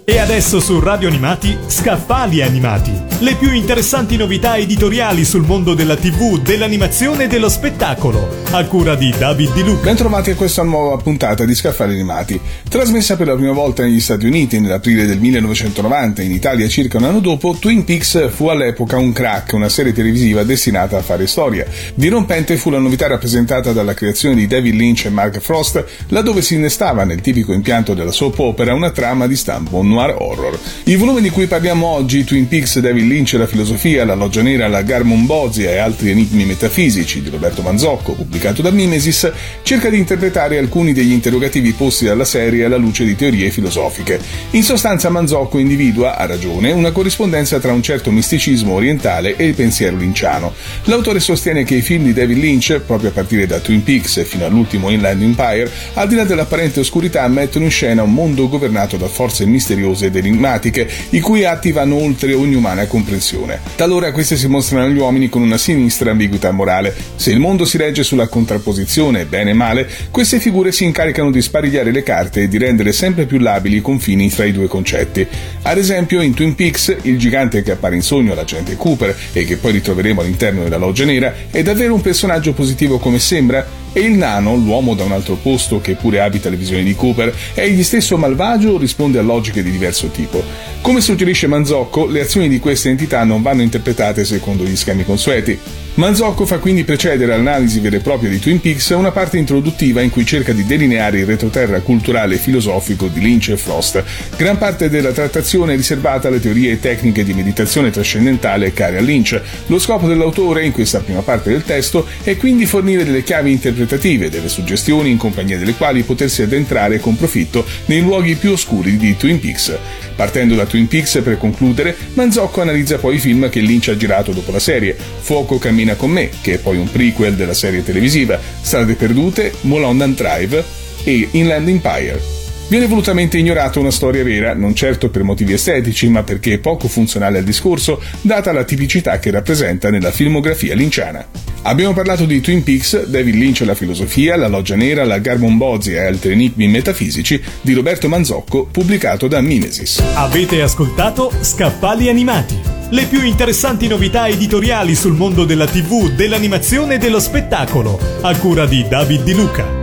E adesso su Radio Animati, Scaffali Animati. Le più interessanti novità editoriali sul mondo della TV, dell'animazione e dello spettacolo, a cura di David Di Luca. Bentrovati a questa nuova puntata di Scaffali Animati. Trasmessa per la prima volta negli Stati Uniti nell'aprile del 1990, in Italia circa un anno dopo, Twin Peaks fu all'epoca un crack, una serie televisiva destinata a fare storia. Dirompente fu la novità rappresentata dalla creazione di David Lynch e Mark Frost, laddove si innestava nel tipico impianto della soap opera una trama di stampo noir horror. I volumi di cui parliamo oggi, Twin Peaks, David Lynch e la filosofia, La loggia nera, la Garmon Bozia e altri enigmi metafisici di Roberto Manzocco, pubblicato da Mimesis, cerca di interpretare alcuni degli interrogativi posti dalla serie alla luce di teorie filosofiche. In sostanza Manzocco individua, a ragione, una corrispondenza tra un certo misticismo orientale e il pensiero linciano. L'autore sostiene che i film di David Lynch, proprio a partire da Twin Peaks fino all'ultimo Inland Empire, al di là dell'apparente oscurità, mettono in scena un mondo governato da forze misteriose ed enigmatiche, i cui atti vanno oltre ogni umana comprensione. Talora queste si mostrano agli uomini con una sinistra ambiguità morale. Se il mondo si regge sulla contrapposizione bene e male, queste figure si incaricano di sparigliare le carte e di rendere sempre più labili i confini tra i due concetti. Ad esempio, in Twin Peaks, il gigante che appare in sogno all'agente Cooper e che poi ritroveremo all'interno della loggia nera è davvero un personaggio positivo come sembra? E il nano, l'uomo da un altro posto che pure abita le visioni di Cooper, è egli stesso malvagio o risponde a logiche di diverso tipo? Come suggerisce Manzocco, le azioni di queste entità non vanno interpretate secondo gli schemi consueti. Manzocco fa quindi precedere all'analisi vera e propria di Twin Peaks una parte introduttiva in cui cerca di delineare il retroterra culturale e filosofico di Lynch e Frost. Gran parte della trattazione è riservata alle teorie e tecniche di meditazione trascendentale care a Lynch. Lo scopo dell'autore, in questa prima parte del testo, è quindi fornire delle chiavi interpretative, delle suggestioni in compagnia delle quali potersi addentrare con profitto nei luoghi più oscuri di Twin Peaks. Partendo da Twin Peaks, per concludere, Manzocco analizza poi i film che Lynch ha girato dopo la serie: Fuoco cammina con me, che è poi un prequel della serie televisiva, Strade perdute, Mulholland Drive e Inland Empire. Viene volutamente ignorata una storia vera, non certo per motivi estetici, ma perché è poco funzionale al discorso, data la tipicità che rappresenta nella filmografia linciana. Abbiamo parlato di Twin Peaks, David Lynch e la filosofia, La loggia nera, la Garmon Bozia e altri enigmi metafisici di Roberto Manzocco, pubblicato da Mimesis. Avete ascoltato Scaffali Animati, le più interessanti novità editoriali sul mondo della TV, dell'animazione e dello spettacolo, a cura di David Di Luca.